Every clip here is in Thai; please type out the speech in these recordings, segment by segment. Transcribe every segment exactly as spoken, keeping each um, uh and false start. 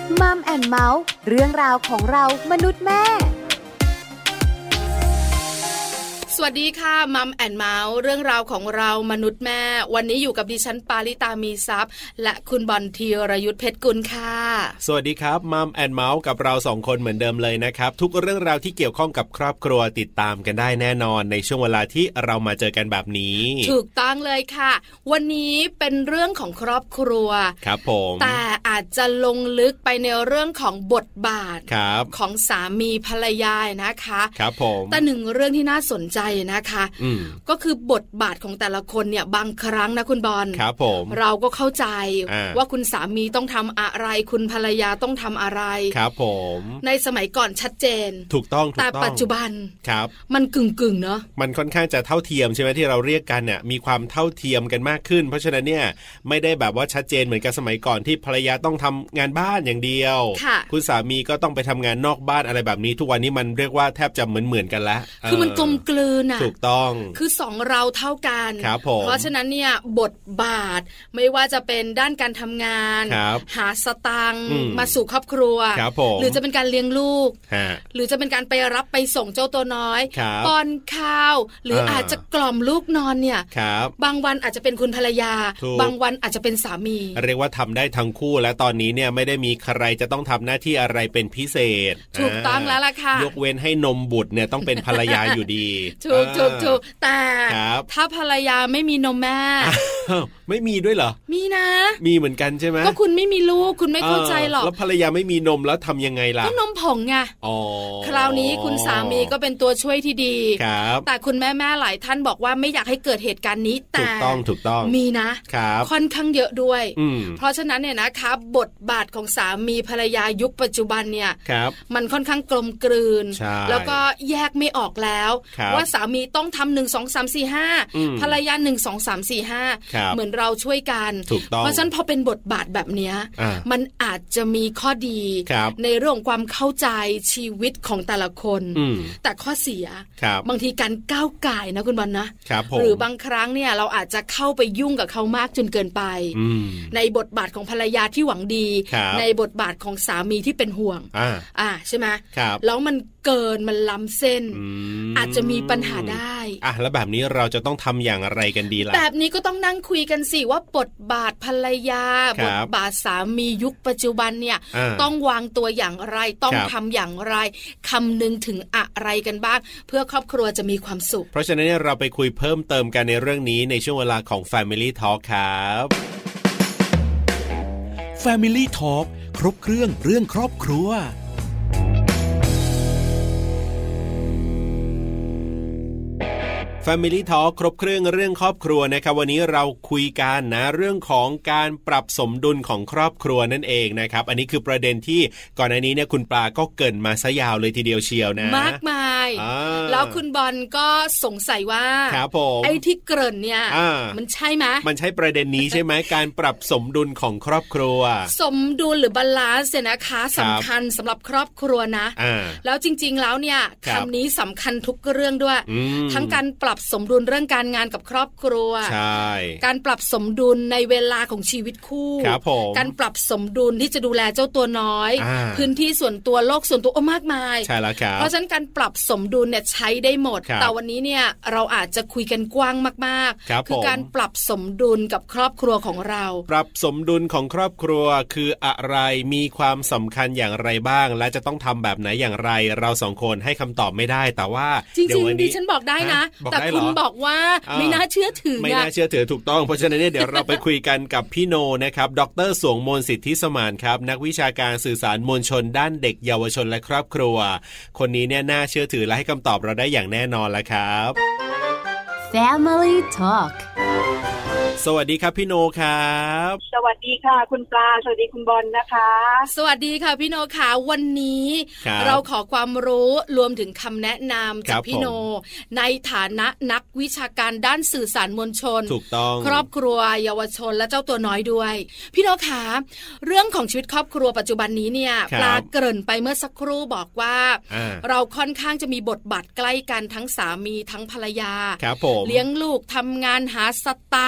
มัมแอนด์เมาส์เรื่องราวของเรามนุษย์แม่สวัสดีค่ะมัมแอนด์เมาส์เรื่องราวของเรามนุษย์แม่วันนี้อยู่กับดิฉันปาริตามีทรัพย์และคุณบอลธีรยุทธเพชรกุลค่ะสวัสดีครับมัมแอนด์เมาส์กับเราสองคนเหมือนเดิมเลยนะครับทุกเรื่องราวที่เกี่ยวข้องกับครอบครัวติดตามกันได้แน่นอนในช่วงเวลาที่เรามาเจอกันแบบนี้ถูกต้องเลยค่ะวันนี้เป็นเรื่องของครอบครัวครับผมแต่อาจจะลงลึกไปในเรื่องของบทบาทของสามีภรรยานะคะครับผมแต่หนึ่งเรื่องที่น่าสนใจนะคะก็คือบทบาทของแต่ละคนเนี่ยบางครั้งนะคุณบอลครับผมเราก็เข้าใจว่าคุณสามีต้องทำอะไรคุณภรรยาต้องทำอะไรครับผมในสมัยก่อนชัดเจนถูกต้องแต่ปัจจุบันครับมันกึ่งกึ่งเนาะมันค่อนข้างจะเท่าเทียมใช่ไหมที่เราเรียกกันเนี่ยมีความเท่าเทียมกันมากขึ้นเพราะฉะนั้นเนี่ยไม่ได้แบบว่าชัดเจนเหมือนกับสมัยก่อนที่ภรรยาต้องทำงานบ้านอย่างเดียวคุณสามีก็ต้องไปทำงานนอกบ้านอะไรแบบนี้ทุกวันนี้มันเรียกว่าแทบจะเหมือนเหมือนกันแล้วคือมันกลมกลืนอ่ะถูกต้องคือสองเราเท่ากันเพราะฉะนั้นเนี่ยบทบาทไม่ว่าจะเป็นด้านการทำงานหาสตางค์มาสู่ครอบครัวหรือจะเป็นการเลี้ยงลูกหรือจะเป็นการไปรับไปส่งเจ้าตัวน้อยป้อนข้าวหรืออาจจะกล่อมลูกนอนเนี่ยบางวันอาจจะเป็นคุณภรรยาบางวันอาจจะเป็นสามีเรียกว่าทำได้ทั้งคู่และตอนนี้เนี่ยไม่ได้มีใครจะต้องทำหน้าที่อะไรเป็นพิเศษถูกต้องแล้วล่ะค่ะยกเว้นให้นมบุตรเนี่ยต้องเป็นภรรยาอยู่ดีถูกถูกถูกแต่ถ้าภรรยาไม่มีนมแม่ไม่มีด้วยเหรอมีนะมีเหมือนกันใช่ไหมก็คุณไม่มีลูกคุณไม่เข้าใจหรอกแล้วภรรยาไม่มีนมแล้วทำยังไงล่ะก็นมผงไงคราวนี้คุณสามีก็เป็นตัวช่วยที่ดีแต่คุณแม่แม่หลายท่านบอกว่าไม่อยากให้เกิดเหตุการณ์นี้แต่ถูกต้องถูกต้องมีนะค่อนข้างเยอะด้วยเพราะฉะนั้นเนี่ยนะคะบทบาทของสามีภรรยายุคปัจจุบันเนี่ยมันค่อนข้างกลมกลืนแล้วก็แยกไม่ออกแล้วว่าสามีต้องทำหนึ่งสองสามสี่ห้าภรรยาหนึ่งสองสามสี่ห้าเหมือนเราช่วยกันเพราะฉะนั้นพอเป็นบทบาทแบบเนี้ยมันอาจจะมีข้อดีในเรื่องความเข้าใจชีวิตของแต่ละคนแต่ข้อเสียบางทีการก้าวก่ายนะคุณบอลนะหรือบางครั้งเนี่ยเราอาจจะเข้าไปยุ่งกับเขามากจนเกินไปในบทบาทของภรรยาที่หวังดีในบทบาทของสามีที่เป็นห่วงอ่าใช่ไหมแล้วมันเกินมันล้ำเส้นอาจจะมีปัญหาได้อ่ะแล้วแบบนี้เราจะต้องทำอย่างไรกันดีล่ะแบบนี้ก็ต้องนั่งคุยกันสิว่าบทบาทภรรยาบทบาทสามียุคปัจจุบันเนี่ยต้องวางตัวอย่างไรต้องทำอย่างไรคำนึงถึงอะไรกันบ้างเพื่อครอบครัวจะมีความสุขเพราะฉะนั้นเราไปคุยเพิ่มเติมกันในเรื่องนี้ในช่วงเวลาของ Family Talk ครับ Family Talk ครบเครื่องเรื่องครอบครัว Family Talk ครบเครื่องเรื่องครอบครัวนะครับวันนี้เราคุยกันนะเรื่องของการปรับสมดุลของครอบครัวนั่นเองนะครับอันนี้คือประเด็นที่ก่อนหน้านี้เนี่ยคุณปลาก็เกริ่นมาซะยาวเลยทีเดียวเชียวนะมากมายแล้วคุณบอลก็สงสัยว่าครับผมไอ้ที่เกริ่นเนี่ยมันใช่ไหมมันใช่ประเด็นนี้ใช่ไหม การปรับสมดุลของครอบครัวสมดุลหรือบาลานซ์เนี่ยนะคะสำคัญสำหรับครอบครัวนะแล้วจริงๆแล้วเนี่ยคำนี้สำคัญทุกเรื่องด้วยทั้งการปรับสมดุลเรื่องการงานกับครอบครัวใช่การปรับสมดุลในเวลาของชีวิตคู่การปรับสมดุลที่จะดูแลเจ้าตัวน้อยพื้นที่ส่วนตัวโลกส่วนตัวโอ้มากมายใช่แล้วครับเพราะฉะนั้นการปรับสมดุลเนี่ยใช้ได้หมดแต่วันนี้เนี่ยเราอาจจะคุยกันกว้างมากๆคือการปรับสมดุลกับครอบครัวของเราปรับสมดุลของครอบครัวคืออะไรมีความสำคัญอย่างไรบ้างและจะต้องทำแบบไหนอย่างไรเราสองคนให้คำตอบไม่ได้แต่ว่าจริงๆดิฉันบอกได้นะแต่คุณบอกว่าไม่น่าเชื่อถือไม่น่าเชื่อถือถูกต้องเพราะฉะนั้นเนี่ยเดี๋ยวเราไปคุยกันกับพี่โนนะครับดร.สวงมนต์สิทธิสมานครับนักวิชาการสื่อสารมวลชนด้านเด็กเยาวชนและครอบครัวคนนี้เนี่ยน่าเชื่อถือและให้คำตอบเราได้อย่างแน่นอนแล้วครับ Family Talk สวัสดีครับพี่โนครับสวัสดีค่ะคุณปลาสวัสดีคุณบอลนะคะสวัสดีค่ะพี่โนค่ะวันนี้เราขอความรู้รวมถึงคำแนะนำจากพี่โนในฐานะนักวิชาการด้านสื่อสารมวลชนถูกต้องครอบครัวเยาวชนและเจ้าตัวน้อยด้วยพี่โนค่ะเรื่องของชีวิตครอบครัวปัจจุบันนี้เนี่ยปลาเกริ่นไปเมื่อสักครู่บอกว่าเราค่อนข้างจะมีบทบาทใกล้กันทั้งสามีทั้งภรรยาครับผมเลี้ยงลูกทำงานหาสตังค์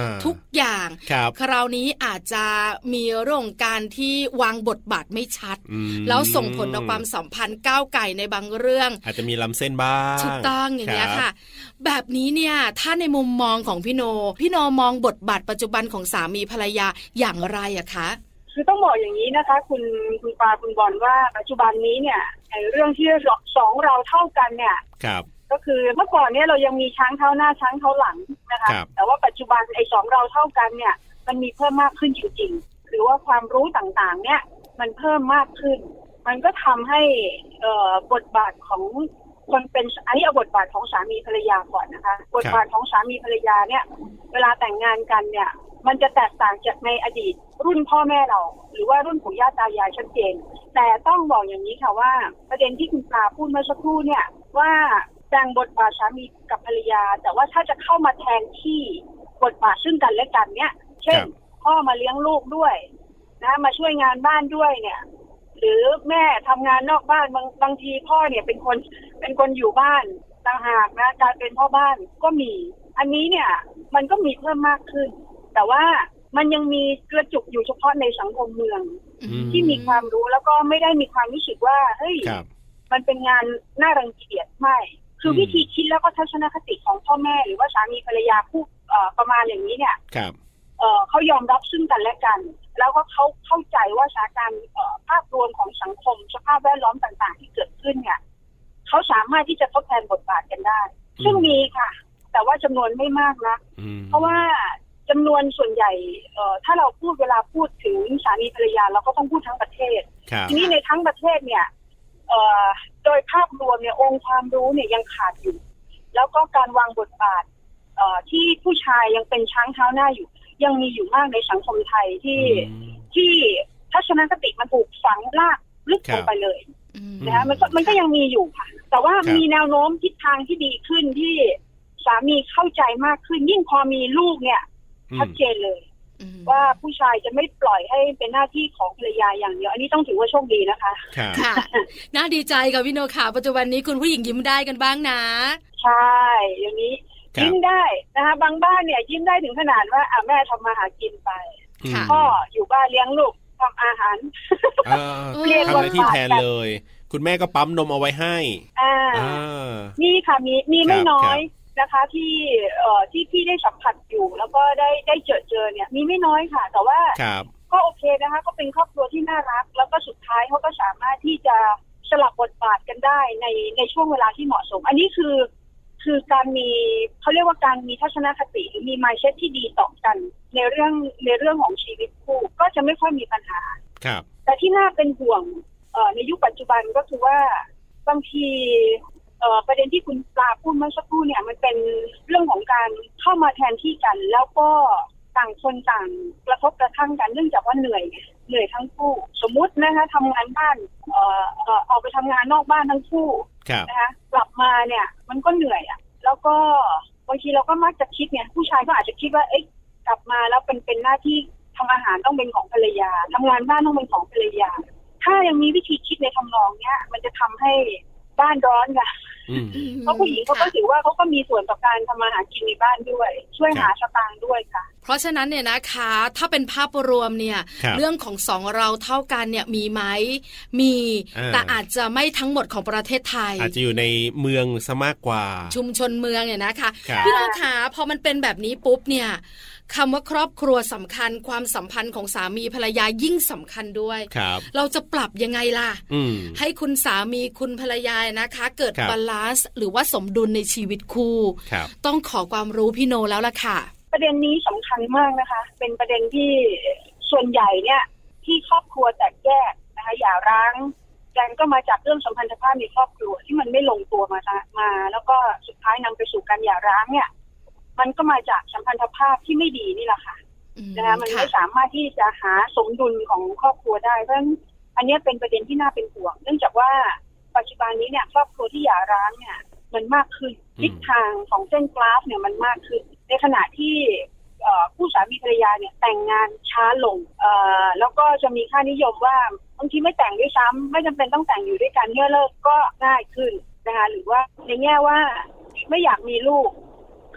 ทุกอย่าง ค, คราวนี้อาจจะมีเรื่องการที่วางบทบาทไม่ชัดแล้วส่งผลต่อความสัมพันธ์ก้าวไก่ในบางเรื่องอาจจะมีล้ำเส้นบ้างถูกต้องอย่างนี้ค่ะแบบนี้เนี่ยถ้าในมุมมองของพี่โนพี่โนมองบทบาทปัจจุบันของสามีภรรยาอย่างไรอะคะคือต้องบอกอย่างนี้นะคะคุณคุณปาคุณบอลว่าปัจจุบันนี้เนี่ยไอ้เรื่องที่สองเราเท่ากันเนี่ยครับก็คือเมื่อก่อนเนี่ยเรายังมีช้างเท้าหน้าช้างเท้าหลังนะคะแต่ว่าปัจจุบันไอ้สองเราเท่ากันเนี่ยมันมีเพิ่มมากขึ้นจริงๆหรือว่าความรู้ต่างๆเนี่ยมันเพิ่มมากขึ้นมันก็ทำให้เอ่อบทบาทของคนเป็นอันนี้เอาบทบาทของสามีภรรยาก่อนนะคะบทบาทของสามีภรรยาเนี่ยเวลาแต่งงานกันเนี่ยมันจะแตกต่างจากในอดีตรุ่นพ่อแม่เราหรือว่ารุ่นปู่ย่าตายายชัดเจนแต่ต้องบอกอย่างนี้ค่ะว่าประเด็นที่คุณปลาพูดเมื่อสักครู่เนี่ยว่าแบ่งบทบาทสามีกับภรรยาแต่ว่าถ้าจะเข้ามาแทนที่บทบาทซึ่งกันและกันเนี่ยเช่นพ่อมาเลี้ยงลูกด้วยนะมาช่วยงานบ้านด้วยเนี่ยหรือแม่ทำงานนอกบ้านบางบางทีพ่อเนี่ยเป็นคนเป็นคนอยู่บ้านต่างหากนะการเป็นพ่อบ้านก็มีอันนี้เนี่ยมันก็มีเพิ่มมากขึ้นแต่ว่ามันยังมีกระจุกอยู่เฉพาะในสังคมเมืองที่มีความรู้แล้วก็ไม่ได้มีความรู้สึกว่าเฮ้ยมันเป็นงานน่ารังเกียจไม่คือวิธีคิดแล้วก็ทัศนคติของพ่อแม่หรือว่าสามีภรรยาผู้ประมาณอย่างนี้เนี่ยเขายอมรับซึ่งกันและกันแล้วก็เขาเข้าใจว่าสถานการณ์ภาพรวมของสังคมสภาพแวดล้อมต่างๆที่เกิดขึ้นเนี่ยเขาสามารถที่จะทดแทนบทบาทกันได้ซึ่งมีค่ะแต่ว่าจำนวนไม่มากนะเพราะว่าจำนวนส่วนใหญ่ถ้าเราพูดเวลาพูดถึงสามีภรรยาเราก็ต้องพูดทั้งประเทศทีนี้ในทั้งประเทศเนี่ยโดยภาพรวมเนี่ยองค์ความรู้เนี่ยยังขาดอยู่แล้วก็การวางบทบาทที่ผู้ชายยังเป็นช้างเท้าหน้าอยู่ยังมีอยู่มากในสังคมไทยที่ที่ทัศนคติมันถูกฝังรากลึกลงไปเลยนะคะมันก็มันก็ยังมีอยู่ค่ะแต่ว่ามีแนวโน้มทิศทางที่ดีขึ้นที่สามีเข้าใจมากขึ้นยิ่งพอมีลูกเนี่ยชัดเจนเลยว่าผู้ชายจะไม่ปล่อยให้เป็นหน้าที่ของภรรยาอย่างเดียวอันนี้ต้องถือว่าโชคดีนะคะค่ะน่าดีใจกับพี่โนค่ะปัจจุบันนี้คุณผู้หญิงยิ้มได้กันบ้างนะใช่อย่างนี้ยิ้มได้นะคะบางบ้านเนี่ยยิ้มได้ถึงขนาดว่าอ่ะแม่ทำมาหากินไปพ่ออยู่บ้านเลี้ยงลูกทำอาหารเรียนทำหน้าที่แทนเลยคุณแม่ก็ปั๊มนมเอาไว้ให้อ่านี่ค่ะมีมีไม่น้อยนะคะที่เอ่อที่พี่ได้สัมผัสอยู่แล้วก็ได้ได้เจอเจอเนี่ยมีไม่น้อยค่ะแต่ว่าก็โอเคนะคะก็เป็นครอบครัวที่น่ารักแล้วก็สุดท้ายเขาก็สามารถที่จะสลับบทบาทกันได้ในในช่วงเวลาที่เหมาะสมอันนี้คือคือการมีเขาเรียกว่าการมีทัศนคติหรือมี mindset ที่ดีต่อกันในเรื่องในเรื่องของชีวิตคู่ก็จะไม่ค่อยมีปัญหาครับแต่ที่น่าเป็นห่วงเอ่อในยุคปัจจุบันก็คือว่าบางทีเอ่อประเด็นที่คุณปลาพูดเมื่อสักครู่เนี่ยมันเป็นเรื่องของการเข้ามาแทนที่กันแล้วก็ต่างคนต่างกระทบกระทั่งกันเนื่องจากว่าเหนื่อยเหนื่อยทั้งคู่สมมุตินะคะทำงานบ้านเอ่อเอ่อออกไปทำงานนอกบ้านทั้งคู่นะคะกลับมาเนี่ยมันก็เหนื่อยอ่ะแล้วก็บางทีเราก็มักจะคิดเนี่ยผู้ชายก็อาจจะคิดว่าเอ๊ะกลับมาแล้วเป็นเป็นหน้าที่ทำอาหารต้องเป็นของภรรยาทำงานบ้านต้องเป็นของภรรยาถ้ายังมีวิธีคิดในทำนองเนี้ยมันจะทำให้บ้านร้อนค่ะเพราะผู้หญิงเขาก็ถือว่าเขาก็มีส่วนต่อการทำมาหากินในบ้านด้วยช่วยหาสตางค์ด้วยค่ะเพราะฉะนั้นเนี่ยนะคะถ้าเป็นภาพรวมเนี่ยเรื่องของสองเราเท่ากันเนี่ยมีไหมมีแต่อาจจะไม่ทั้งหมดของประเทศไทยอาจจะอยู่ในเมืองซะมากกว่าชุมชนเมืองเนี่ยนะคะพี่น้องขาพอมันเป็นแบบนี้ปุ๊บเนี่ยคำว่าครอบครัวสำคัญความสัมพันธ์ของสามีภรรยายิ่งสำคัญด้วยเราจะปรับยังไงล่ะให้คุณสามีคุณภรรยานะคะเกิดบาลานซ์หรือว่าสมดุลในชีวิตคู่ต้องขอความรู้พี่โนแล้วล่ะค่ะประเด็นนี้สำคัญมากนะคะเป็นประเด็นที่ส่วนใหญ่เนี่ยที่ครอบครัวแตกแยกนะคะหย่าร้างกันก็มาจากเรื่องสัมพันธภาพในครอบครัวที่มันไม่ลงตัวมามาแล้วก็สุดท้ายนำไปสู่การหย่าร้างเนี่ยมันก็มาจากสัมพันธภาพที่ไม่ดีนี่แหละค่ะนะคะมันไม่สามารถที่จะหาสมดุลของครอบครัวได้เพราะฉะนั้นอันนี้เป็นประเด็นที่น่าเป็นห่วงเนื่องจากว่าปัจจุบันนี้เนี่ยครอบครัวที่หย่าร้างเนี่ยมันมากขึ้นทิศทางของเส้นกราฟเนี่ยมันมากขึ้นในขณะที่ผู้สามีภรรยาเนี่ยแต่งงานช้าลงแล้วก็จะมีค่านิยมว่าบางทีไม่แต่งด้วยซ้ำไม่จำเป็นต้องแต่งอยู่ด้วยกันเมื่อเลิกก็ง่ายขึ้นนะคะหรือว่าในแง่ว่าไม่อยากมีลูก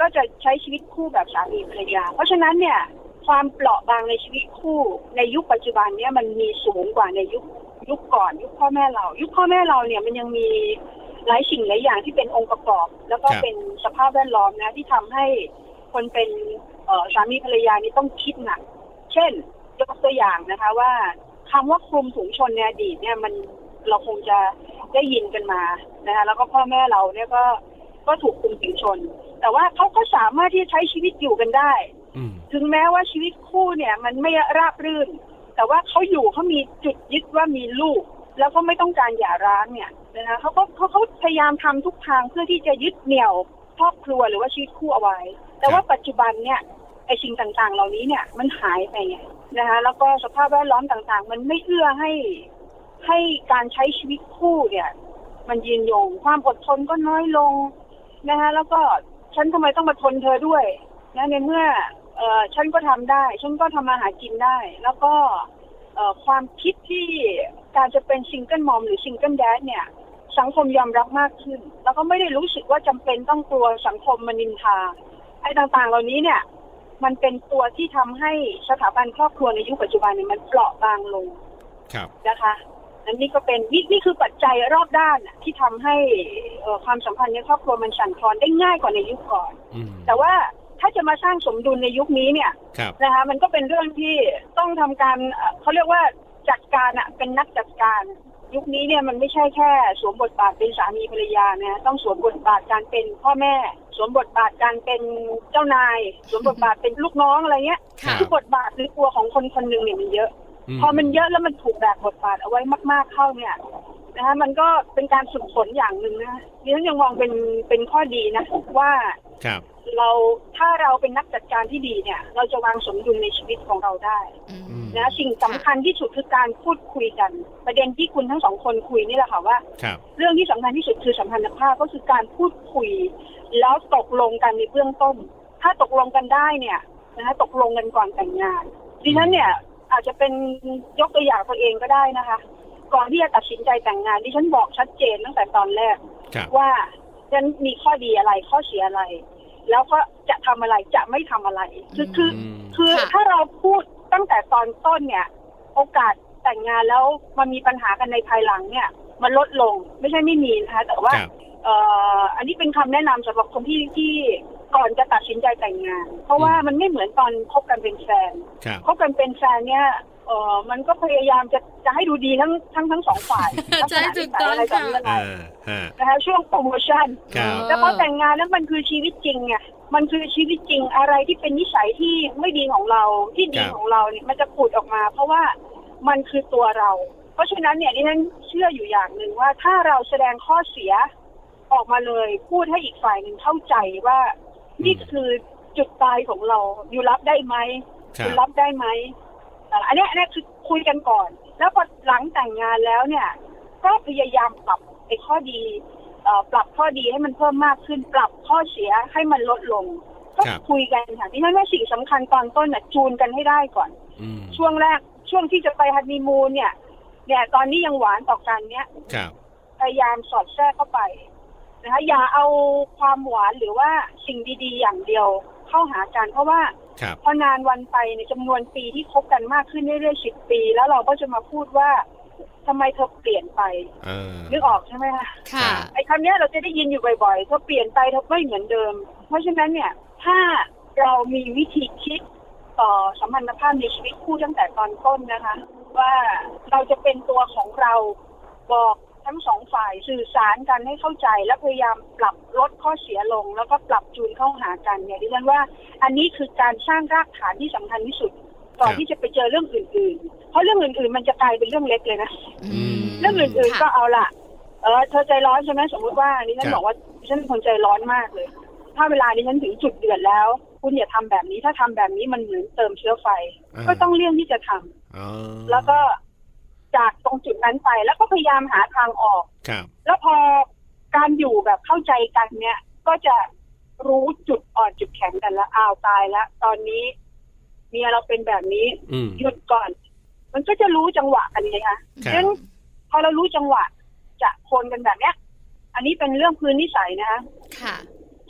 ก็จะใช้ชีวิตคู่แบบสามีภรรยาเพราะฉะนั้นเนี่ยความเปราะบางในชีวิตคู่ในยุคปัจจุบันเนี่ยมันมีสูงกว่าในยุคยุคก่อนยุคพ่อแม่เรายุคพ่อแม่เราเนี่ยมันยังมีหลายสิ่งหลายอย่างที่เป็นองค์ประกอบแล้วก็เป็นสภาพแวดล้อมนะที่ทำให้คนเป็นสามีภรรยานี่ต้องคิดหนักเช่นยกตัวอย่างนะคะว่าคำว่าคลุมถุงชนในอดีตเนี่ยมันเราคงจะได้ยินกันมานะคะแล้วก็พ่อแม่เราเนี่ยก็ก็ถูกคลุมถุงชนแต่ว่าเขาก็สามารถที่จะใช้ชีวิตอยู่กันได้ถึงแม้ว่าชีวิตคู่เนี่ยมันไม่ราบรื่นแต่ว่าเขาอยู่เขามีจุดยึดว่ามีลูกแล้วก็ไม่ต้องการหย่าร้างเนี่ยนะคะเขาก็เขาเขาพยายามทำทุกทางเพื่อที่จะยึดเหนี่ยวครอบครัวหรือว่าชีวิตคู่เอาไว้แต่ว่าปัจจุบันเนี่ยไอ้สิ่งต่างๆเหล่านี้เนี่ยมันหายไปไงนะคะแล้วก็สภาพแวดล้อมต่างๆมันไม่เอื้อให้ให้การใช้ชีวิตคู่เนี่ยมันยืนยงความอดทนก็น้อยลงนะคะแล้วก็ฉันทำไมต้องมาทนเธอด้วยนะในเมื่อเอ่อฉันก็ทำได้ฉันก็ทำมาหากินได้แล้วก็เอ่อความคิดที่การจะเป็นซิงเกิลมอมหรือซิงเกิลแดดเนี่ยสังคมยอมรับมากขึ้นแล้วก็ไม่ได้รู้สึกว่าจำเป็นต้องกลัวสังคมมานินทาไอ้ต่างๆเหล่านี้เนี่ยมันเป็นตัวที่ทำให้สถาบันครอบครัวในยุคปัจจุบันเนี่ยมันเปราะบางลงนะคะอันนี้ก็เป็นนี่นี่คือปัจจัยรอบด้านที่ทำให้ความสัมพันธ์ในครอบครัวมันสั่นคลอนได้ง่ายกว่าในยุคก่อนแต่ว่าถ้าจะมาสร้างสมดุลในยุคนี้เนี่ยนะคะมันก็เป็นเรื่องที่ต้องทำการเขาเรียกว่าจัดการอ่ะเป็นนักจัดการยุคนี้เนี่ยมันไม่ใช่แค่สวมบทบาทเป็นสามีภรรยานะต้องสวมบทบาทการเป็นพ่อแม่สวมบทบาทการเป็นเจ้านายสวมบทบาทเป็นลูกน้องอะไรเงี้ยทุกบทบาทหรือตัวของคนคนหนึ่งเนี่ยมันเยอะพอมันเยอะแล้วมันถูกแบกบทบาทเอาไว้มากๆเข้าเนี่ยนะคะมันก็เป็นการฝึกฝนอย่างหนึ่งนะดิฉันยังมองเป็นเป็นข้อดีนะว่าเราถ้าเราเป็นนักจัดการที่ดีเนี่ยเราจะวางสมดุลในชีวิตของเราได้นะสิ่งสำคัญที่สุดคือการพูดคุยกันประเด็นที่คุณทั้งสองคนคุยนี่แหละค่ะว่าเรื่องที่สำคัญที่สุดคือสัมพันธภาพก็คือการพูดคุยแล้วตกลงกันในเบื้องต้นถ้าตกลงกันได้เนี่ยนะคะตกลงกันก่อนแต่งงานดิฉันเนี่ยอาจจะเป็นยกตัวอย่างตัวเองก็ได้นะคะก่อนที่จะตัดสินใจแต่งงานดิฉันบอกชัดเจนตั้งแต่ตอนแรกว่าฉันมีข้อดีอะไรข้อเสียอะไรแล้วก็จะทำอะไรจะไม่ทำอะไรคือคือคือถ้าเราพูดตั้งแต่ตอนต้นเนี่ยโอกาสแต่งงานแล้วมันมีปัญหากันในภายหลังเนี่ยมันลดลงไม่ใช่ไม่มีนะคะแต่ว่าเอ่ออันนี้เป็นคำแนะนำสำหรับคนที่ที่ก่อนจะตัดสินใจแต่งงานเพราะว่ามันไม่เหมือนตอนคบกันเป็นแฟนคบกันเป็นแฟนเนี่ยเออมันก็พยายามจะจะให้ดูดีทั้งทั้งทั้งสองฝ่ายใช่จุดต้นค่ะนะคะช่วงโปรโมชั่นแล้วพอแต่งงานแล้วมันคือชีวิตจริงไงมันคือชีวิตจริงอะไรที่เป็นนิสัยที่ไม่ดีของเราที่ดีของเราเนี่ยมันจะผุดออกมาเพราะว่ามันคือตัวเราเพราะฉะนั้นเนี่ยดิฉันเชื่ออยู่อย่างหนึ่งว่าถ้าเราแสดงข้อเสียออกมาเลยพูดให้อีกฝ่ายหนึ่งเข้าใจว่านี่คือจุดตายของเราอยู่รับได้ไหมอยู่รับได้ไหมอันนี้อันนี้คือคุยกันก่อนแล้วพอหลังแต่งงานแล้วเนี่ยก็พยายามปรับไอ้ข้อดีปรับข้อดีให้มันเพิ่มมากขึ้นปรับข้อเสียให้มันลดลงก็คุยกันค่ะที่นั่นว่าสิ่งสำคัญตอนต้นน่ะจูนกันให้ได้ก่อนช่วงแรกช่วงที่จะไปฮันนีมูนเนี่ยเนี่ยตอนนี้ยังหวานต่อกันเนี้ยพยายามสอดแทรกเข้าไปนะคะอย่าเอาความหวานหรือว่าสิ่งดีๆอย่างเดียวเข้าหากันเพราะว่าพอนานวันไปในจำนวนปีที่คบกันมากขึ้นเรื่อยๆสิบปีแล้วเราก็จะมาพูดว่าทำไมเธอเปลี่ยนไปนึกออกใช่ไหมคะไอ้คำนี้เราจะได้ยินอยู่บ่อยๆเธอเปลี่ยนไปเธอไม่เหมือนเดิมเพราะฉะนั้นเนี่ยถ้าเรามีวิธีคิดต่อสัมพันธภาพในชีวิตคู่ตั้งแต่ตอนต้นนะคะว่าเราจะเป็นตัวของเราบอกทั้งสองฝ่ายสื่อสารกันให้เข้าใจและพยายามปรับลดข้อเสียลงแล้วก็ปรับจูนเข้าหากันเนี่ยดิฉันว่าอันนี้คือการสร้างรากฐานที่สำคัญที่สุดก่อนที่จะไปเจอเรื่องอื่นๆเพราะเรื่องอื่นๆมันจะกลายเป็นเรื่องเล็กเลยนะเรื่องอื่นๆก็เอาล่ะเออเธอใจร้อนใช่ไหมสมมติว่าดิฉันบอกว่าดิฉันเป็นคนใจร้อนมากเลยถ้าเวลาดิฉันถึงจุดเดือดแล้วคุณอย่าทำแบบนี้ถ้าทำแบบนี้มันเหมือนเติมเชื้อไฟก็ต้องเลี่ยงที่จะทำแล้วก็จากตรงจุดนั้นไปแล้วก็พยายามหาทางออกแล้วพอการอยู่แบบเข้าใจกันเนี่ยก็จะรู้จุดอ่อนจุดแข็งกันแล้วอ้าวตายแล้วตอนนี้เมียเราเป็นแบบนี้หยุดก่อนมันก็จะรู้จังหวะกันไงคะฉะนั้นพอเรารู้จังหวะจะคนกันแบบเนี้ยอันนี้เป็นเรื่องพื้นนิสัยนะคะ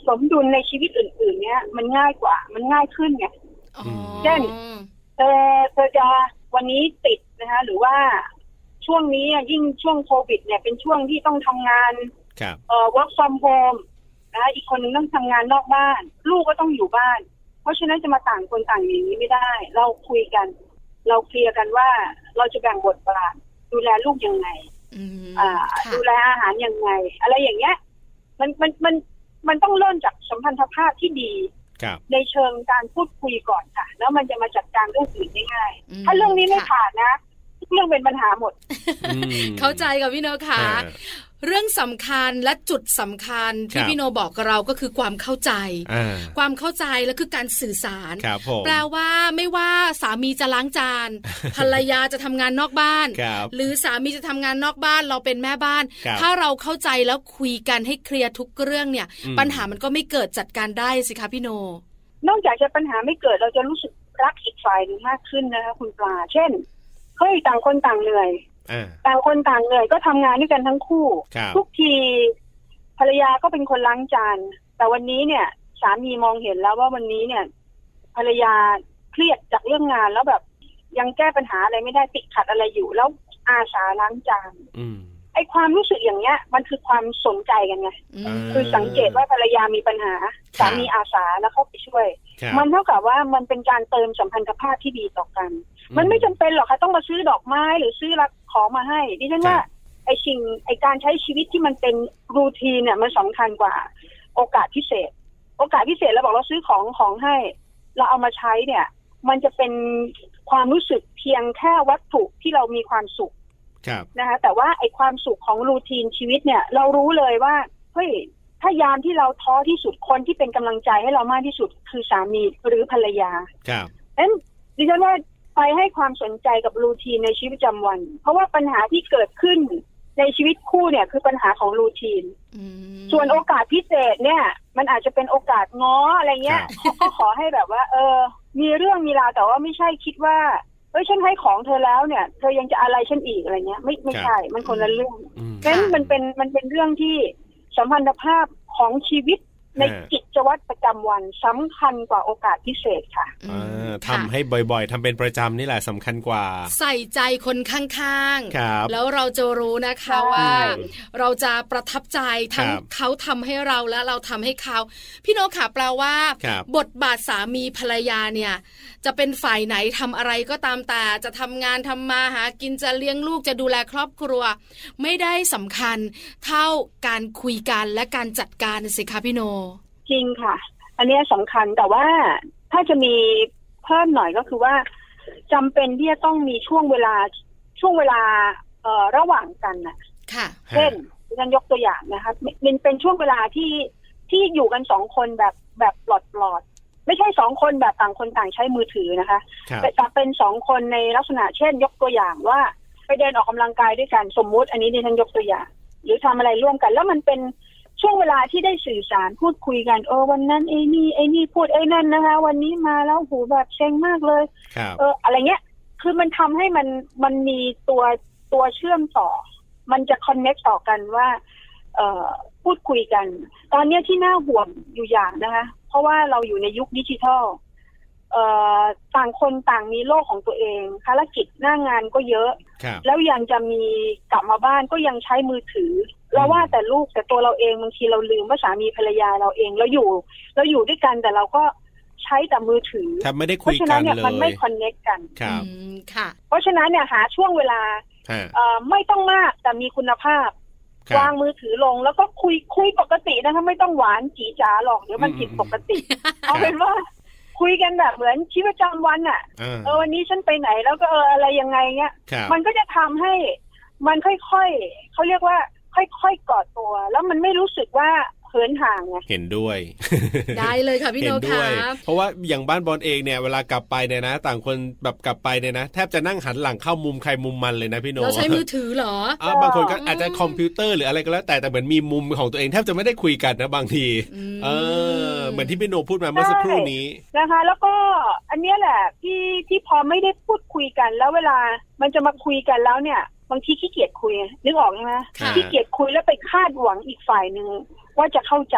สมดุลในชีวิตอื่นๆเนี้ยมันง่ายกว่ามันง่ายขึ้นไงเช่นเธอเธอจะวันนี้ติดนะคะหรือว่าช่วงนี้ยิ่งช่วงโควิดเนี่ยเป็นช่วงที่ต้องทำงานเอ่อ work from home นะอีกคนนึงต้องทำงานนอกบ้านลูกก็ต้องอยู่บ้านเพราะฉะนั้นจะมาต่างคนต่างอย่างนี้ไม่ได้เราคุยกันเราเคลียร์กันว่าเราจะแบ่งบทบาทดูแลลูกยังไงอ่าดูแลอาหารยังไงอะไรอย่างเงี้ยมันมันมันมันต้องเริ่มจากสัมพันธภาพที่ดีในเชิงการพูดคุยก่อนค่ะแล้วมันจะมาจัดการเรื่องอื่นได้ง่ายถ้าเรื่องนี้ไม่ผ่านนะทุกเรื่องเป็นปัญหาหมดเข้าใจกับพี่โนค่ะเรื่องสำคัญและจุดสำคัญที่พี่โนบอกกับเราก็คือความเข้าใจความเข้าใจและคือการสื่อสารแปลว่าไม่ว่าสามีจะล้างจานภรรยาจะทำงานนอกบ้านหรือสามีจะทำงานนอกบ้านเราเป็นแม่บ้านถ้าเราเข้าใจแล้วคุยกันให้เคลียร์ทุกเรื่องเนี่ยปัญหามันก็ไม่เกิดจัดการได้สิคะพี่โนนอกจากจะปัญหาไม่เกิดเราจะรู้สึกรักอีกฝ่ายนึงมากขึ้นนะคะคุณปลาเช่นเฮ้ยต่างคนต่างเหนื่อยต่างคนต่างเหนื่อยก็ทำงานด้วยกันทั้งคู่ทุกทีภรรยาก็เป็นคนล้างจานแต่วันนี้เนี่ยสามีมองเห็นแล้วว่าวันนี้เนี่ยภรรยาเครียดจากเรื่องงานแล้วแบบยังแก้ปัญหาอะไรไม่ได้ติดขัดอะไรอยู่แล้วอาสาล้างจานไอ้ความรู้สึกอย่างเงี้ยมันคือความสนใจกันไงคือสังเกตว่าภรรยามีปัญหาสามีอาสาแล้วเข้าไปช่วยมันเท่ากับว่ามันเป็นการเติมสัมพันธภาพที่ดีต่อกันมันไม่จำเป็นหรอกค่ะต้องมาซื้อดอกไม้หรือซื้อรักของมาให้ดิฉันว่าไอ้สิ่งไอ้การใช้ชีวิตที่มันเป็นรูทีนเนี่ยมันสำคัญกว่าโอกาสพิเศษโอกาสพิเศษเราบอกเราซื้อของของให้เราเอามาใช้เนี่ยมันจะเป็นความรู้สึกเพียงแค่วัตถุที่เรามีความสุขนะคะแต่ว่าไอ้ความสุขของรูทีนชีวิตเนี่ยเรารู้เลยว่าเฮ้ยถ้ายามที่เราท้อที่สุดคนที่เป็นกำลังใจให้เรามากที่สุดคือสามีหรือภรรยาครับเอ็นดิฉันว่าไปให้ความสนใจกับรูทีนในชีวิตประจำวันเพราะว่าปัญหาที่เกิดขึ้นในชีวิตคู่เนี่ยคือปัญหาของรูทีนส่วนโอกาสพิเศษเนี่ยมันอาจจะเป็นโอกาสง้ออะไรเงี้ยก็ขอให้แบบว่าเออมีเรื่องมีราวแต่ว่าไม่ใช่คิดว่าเอ้ยฉันให้ของเธอแล้วเนี่ยเธอยังจะอะไรฉันอีกอะไรเงี้ยไม่ไม่ใช่มันคนละเรื่องงั้นมันเป็นมันเป็นเรื่องที่สัมพันธภาพของชีวิตในกิจวัตรประจำวันสำคัญกว่าโอกาสพิเศษค่ะทำให้บ่อยๆทำเป็นประจำนี่แหละสำคัญกว่าใส่ใจคนข้างๆแล้วเราจะรู้นะคะว่าเราจะประทับใจทั้งเขาทำให้เราและเราทำให้เขาพี่โนค่ะแปลว่าบทบาทสามีภรรยาเนี่ยจะเป็นฝ่ายไหนทำอะไรก็ตามแต่จะทำงานทำมาหากินจะเลี้ยงลูกจะดูแลครอบครัวไม่ได้สำคัญเท่าการคุยกันและการจัดการสิคะพี่โนจริงค่ะอันนี้สำคัญแต่ว่าถ้าจะมีเพิ่มหน่อยก็คือว่าจำเป็นที่จะต้องมีช่วงเวลาช่วงเวลาเอ่อระหว่างกันน่ะค่ะเช่นดิฉันยกตัวอย่างนะคะมันเป็นช่วงเวลาที่ที่อยู่กันสองคนแบบแบบปลอดปลอดไม่ใช่สองคนแบบต่างคนต่างใช้มือถือนะคะแต่เป็นสองคนในลักษณะเช่นยกตัวอย่างว่าไปเดินออกกำลังกายด้วยกันสมมุติอันนี้ดิฉันยกตัวอย่างหรือทำอะไรร่วมกันแล้วมันเป็นช่วงเวลาที่ได้สื่อสารพูดคุยกันเออวันนั้นไอ้นี่ไอ้นี่พูดไอ้นั่นนะคะวันนี้มาแล้วหูแบบเซ็งมากเลยเอออะไรเงี้ยคือมันทำให้มันมันมีตัวตัวเชื่อมต่อมันจะคอนเนคต่อกันว่าเอ่อพูดคุยกันตอนนี้ที่น่าห่วงอยู่อย่างนะคะเพราะว่าเราอยู่ในยุคดิจิทัลเอ่อต่างคนต่างมีโลกของตัวเองภารกิจหน้างานก็เยอะแล้วยังจะมีกลับมาบ้านก็ยังใช้มือถือเราว่าแต่ลูกแต่ตัวเราเองบางทีเราลืมว่าสามีภรรยาเราเองเราอยู่เราอยู่ด้วยกันแต่เราก็ใช้แต่มือถือไม่ได้คุยกันเลยมันไม่คอนเนคกันครับค่ะเพราะฉะนั้นเนี่ยหาช่วงเวลาเอ่อไม่ต้องมากแต่มีคุณภาพวางมือถือลงแล้วก็คุยคุยปกตินะคะไม่ต้องหวานจี๋จ๋าหรอกเดี๋ยวมันผิดปกติเอาเป็นว่าคุยกันแบบเหมือนชีวิตประจำวันอ่ะเออวันนี้ฉันไปไหนแล้วก็เอออะไรยังไงเงี้ยมันก็จะทำให้มันค่อยๆเขาเรียกว่าค่อยๆกอดตัวแล้วมันไม่รู้สึกว่าเหินห่างไงเห็นด้วยได้เลยค่ะพี่โนค่ะเพราะว่าอย่างบ้านบอลเองเนี่ยเวลากลับไปเนี่ยนะต่างคนแบบกลับไปเนี่ยนะแทบจะนั่งหันหลังเข้ามุมใครมุมมันเลยนะพี่โนเราใช้มือถือเหรออ่าบางคนก็อาจจะคอมพิวเตอร์หรืออะไรก็แล้วแต่แต่เหมือนมีมุมของตัวเองแทบจะไม่ได้คุยกันนะบางทีเออเหมือนที่พี่โนพูดมาเมื่อสักครู่นี้นะคะแล้วก็อันนี้แหละที่ที่พอไม่ได้พูดคุยกันแล้วเวลามันจะมาคุยกันแล้วเนี่ยบางทีขี้เกียจคุยนึกออกไหมขี้เกียจคุยแล้วไปคาดหวังอีกฝ่ายนึงว่าจะเข้าใจ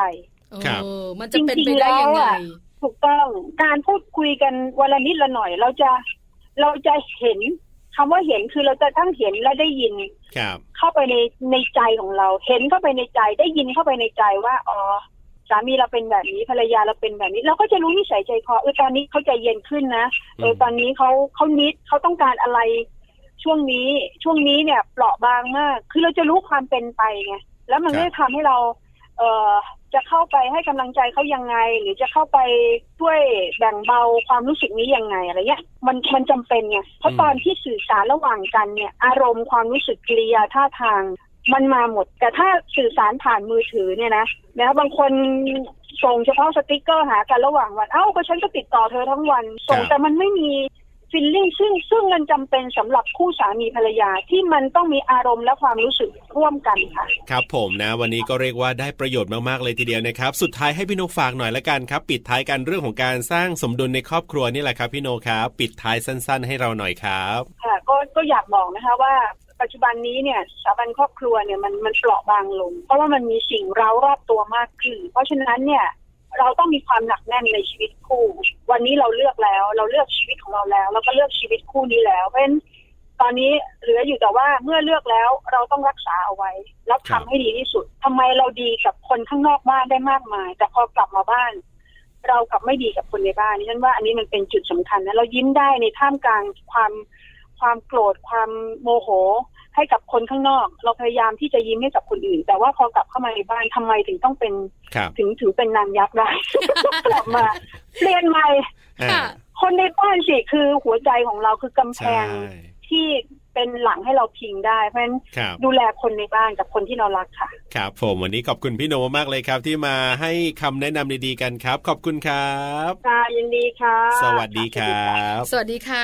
ครับมันจะเป็นไปได้ยังไงถูกต้องการพูดคุยกันวันละนิดละหน่อยเราจะเราจะเห็นคำว่าเห็นคือเราจะทั้งเห็นและได้ยินเข้าไปในในใจของเราเห็นเข้าไปในใจได้ยินเข้าไปในใจว่าอ๋อสามีเราเป็นแบบนี้ภรรยาเราเป็นแบบนี้เราก็จะรู้นิสัยใจคอเออตอนนี้เขาใจเย็นขึ้นนะเออตอนนี้เขาเขานิดเขาต้องการอะไรช่วงนี้ช่วงนี้เนี่ยเปราะบางมากคือเราจะรู้ความเป็นไปไงแล้วมันก็จะทำให้เราเอ่อจะเข้าไปให้กำลังใจเขายังไงหรือจะเข้าไปช่วยแบ่งเบาความรู้สึกนี้ยังไงอะไรเงี้ยมันมันจำเป็นไงเพราะตอนที่สื่อสารระหว่างกันเนี่ยอารมณ์ความรู้สึกกิริยาท่าทางมันมาหมดแต่ถ้าสื่อสารผ่านมือถือเนี่ยนะนะบางคนส่งเฉพาะสติ๊กเกอร์หากันระหว่างวันเอ้าก็ฉันก็ติดต่อเธอทั้งวันส่งแต่มันไม่มีฟีลลิ่งซึ่งซึ่งมันจำเป็นสำหรับคู่สามีภรรยาที่มันต้องมีอารมณ์และความรู้สึกร่วมกันค่ะครับผมนะวันนี้ก็เรียกว่าได้ประโยชน์มากๆเลยทีเดียวนะครับสุดท้ายให้พี่นกฝากหน่อยละกันครับปิดท้ายกันเรื่องของการสร้างสมดุลในครอบครัวนี่แหละครับพี่นกครับปิดท้ายสั้นๆให้เราหน่อยครับค่ะก็ก็อยากบอกนะคะว่าปัจจุบันนี้เนี่ยสถาบันครอบครัวเนี่ยมันมันเปราะบางลงเพราะว่ามันมีสิ่งเร้ารอบตัวมากขึ้นเพราะฉะนั้นเนี่ยเราต้องมีความหนักแน่นในชีวิตคู่วันนี้เราเลือกแล้วเราเลือกชีวิตของเราแล้วเราก็เลือกชีวิตคู่นี้แล้วเพราะฉะนั้นตอนนี้เหลืออยู่แต่ว่าเมื่อเลือกแล้วเราต้องรักษาเอาไว้แล้วทำให้ดีที่สุดทำไมเราดีกับคนข้างนอกบ้านได้มากมายแต่พอกลับมาบ้านเรากลับไม่ดีกับคนในบ้านนี่ฉันว่าอันนี้มันเป็นจุดสำคัญนะเรายิ้มได้ในท่ามกลางความความโกรธความโมโหให้กับคนข้างนอกเราพยายามที่จะยิ้มให้กับคนอื่นแต่ว่าพอกลับเข้ามาในบ้านทำไมถึงต้องเป็นถึงถึงเป็นนางยักษ์ได้ กลับมาเปลี่ยนใหม่คนในบ้านสิคือหัวใจของเราคือกำแพงที่เป็นหลังให้เราพิงได้เพราะฉะนั้นดูแลคนในบ้านกับคนที่เรารักค่ะครับผมวันนี้ขอบคุณพี่โนมากเลยครับที่มาให้คำแนะนำดีๆกันครับขอบคุณครับค่ะยินดีค่ะสวัสดีครับสวัสดีค่ะ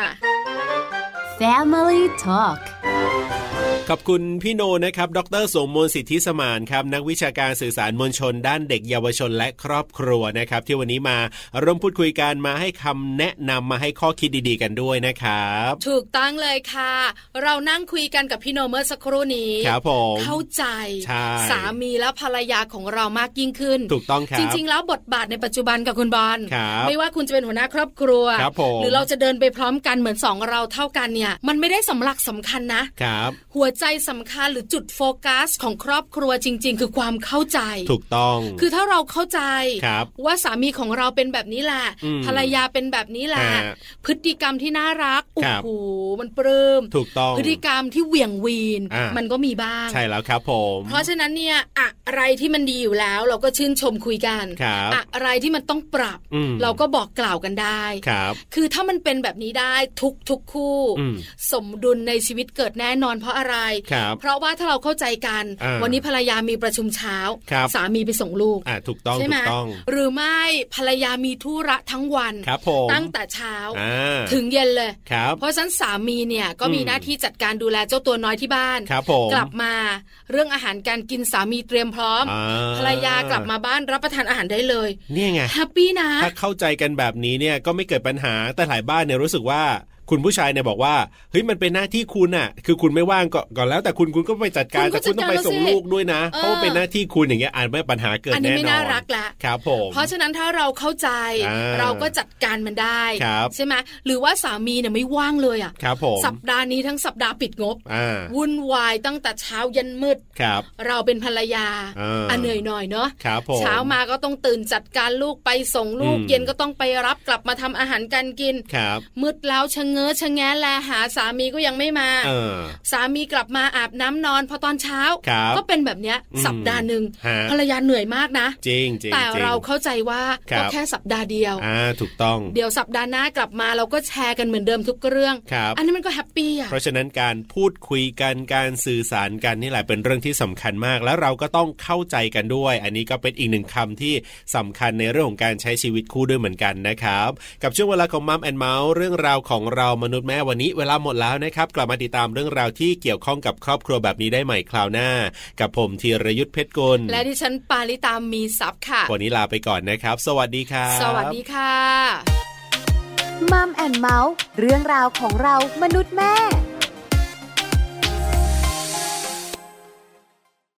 Family Talk ขอบคุณพี่โนนะครับดร.สมมนต์สิทธิสมานครับนักวิชาการสื่อสารมวลชนด้านเด็กเยาวชนและครอบครัวนะครับที่วันนี้มาร่วมพูดคุยกันมาให้คำแนะนำมาให้ข้อคิดดีๆกันด้วยนะครับถูกต้องเลยค่ะเรานั่งคุยกันกับพี่โนเมื่อสักครู่นี้ครับผมเข้าใจสามีและภรรยาของเรามากยิ่งขึ้นถูกต้องครับจริงๆแล้วบทบาทในปัจจุบันกับคุณบอลไม่ว่าคุณจะเป็นหัวหน้าครอบครัวหรือเราจะเดินไปพร้อมกันเหมือนสองเราเท่ากันเนี่ยมันไม่ได้สำหลักสำคัญนะครับหัวใจสำคัญหรือจุดโฟกัสของครอบครัวจริงๆคือความเข้าใจถูกต้องคือถ้าเราเข้าใจว่าสามีของเราเป็นแบบนี้แหละภรรยาเป็นแบบนี้แหละพฤติกรรมที่น่ารักโอ้โหมันปลื้มถูกต้องพฤติกรรมที่เหวี่ยงวีนมันก็มีบ้างใช่แล้วครับผมเพราะฉะนั้นเนี่ยอะไรที่มันดีอยู่แล้วเราก็ชื่นชมคุยกันอะไรที่มันต้องปรับเราก็บอกกล่าวกันได้คือถ้ามันเป็นแบบนี้ได้ทุกทุกคู่สมดุลในชีวิตเกิดแน่นอนเพราะอะไรเพราะว่าถ้าเราเข้าใจกันวันนี้ภรรยามีประชุมเช้าสามีไปส่งลูกถูกต้องใช่ไหมหรือไม่ภรรยามีธุระทั้งวันตั้งแต่เช้าถึงเย็นเลยเพราะฉะนั้นสามีเนี่ยก็มีหน้าที่จัดการดูแลเจ้าตัวน้อยที่บ้านกลับมาเรื่องอาหารการกินสามีเตรียมพร้อมภรรยากลับมาบ้านรับประทานอาหารได้เลยนี่ไงแฮปปี้นะถ้าเข้าใจกันแบบนี้เนี่ยก็ไม่เกิดปัญหาแต่หลายบ้านเนี่ยรู้สึกว่าคุณผู้ชายเนี่ยบอกว่าเฮ้ยมันเป็นหน้าที่คุณน่ะคือคุณไม่ว่างก็ก่อนแล้วแต่คุณคุณก็ไปจัดการแต่คุณต้องไปส่งลูกด้วยนะเพราะว่าเป็นหน้าที่คุณอย่างเงี้ยอาจไม่ปัญหาเกิดแน่นอนอันนี้ไม่น่ารักละครับผมเพราะฉะนั้นถ้าเราเข้าใจเราก็จัดการมันได้ใช่ไหมหรือว่าสามีเนี่ยไม่ว่างเลยอ่ะสัปดาห์นี้ทั้งสัปดาห์ปิดงบวุ่นวายตั้งแต่เช้ายันมืดเราเป็นภรรยาอ่ะเหนื่อยหน่อยเนาะเช้ามาก็ต้องตื่นจัดการลูกไปส่งลูกเย็นก็ต้องไปรับกลับมาทำอาหารการกินมืดแล้วชะเง้อชะแงะแลหาสามีก็ยังไม่มาสามีกลับมาอาบน้ำนอนพอตอนเช้าก็เป็นแบบเนี้ยสัปดาห์นึงภรรยาเหนื่อยมากนะจริงๆแต่เราเข้าใจว่าก็แค่สัปดาห์เดียวอ่าถูกต้องเดี๋ยวสัปดาห์หน้ากลับมาเราก็แชร์กันเหมือนเดิมทุกเรื่องอันนี้มันก็แฮปปี้อ่ะเพราะฉะนั้นการพูดคุยกันการสื่อสารกันนี่แหละเป็นเรื่องที่สำคัญมากแล้วเราก็ต้องเข้าใจกันด้วยอันนี้ก็เป็นอีกหนึ่งคำที่สำคัญในเรื่องของการใช้ชีวิตคู่ด้วยเหมือนกันนะครับกับช่วงเวลาของมัมแอนด์เมาส์เรื่องราวของเรามนุษย์แม่วันนี้เวลาหมดแล้วนะครับกลับมาติดตามเรื่องราวที่เกี่ยวข้องกับครอบครัวแบบนี้ได้ใหม่คราวหน้ากับผมธีรยุทธเพชรกุลและดิฉันปาริตามีทรัพย์ค่ะวันนี้ลาไปก่อนนะครับสวัสดีครับสวัสดีค่ะมัมแอนด์เมาส์เรื่องราวของเรามนุษย์แม่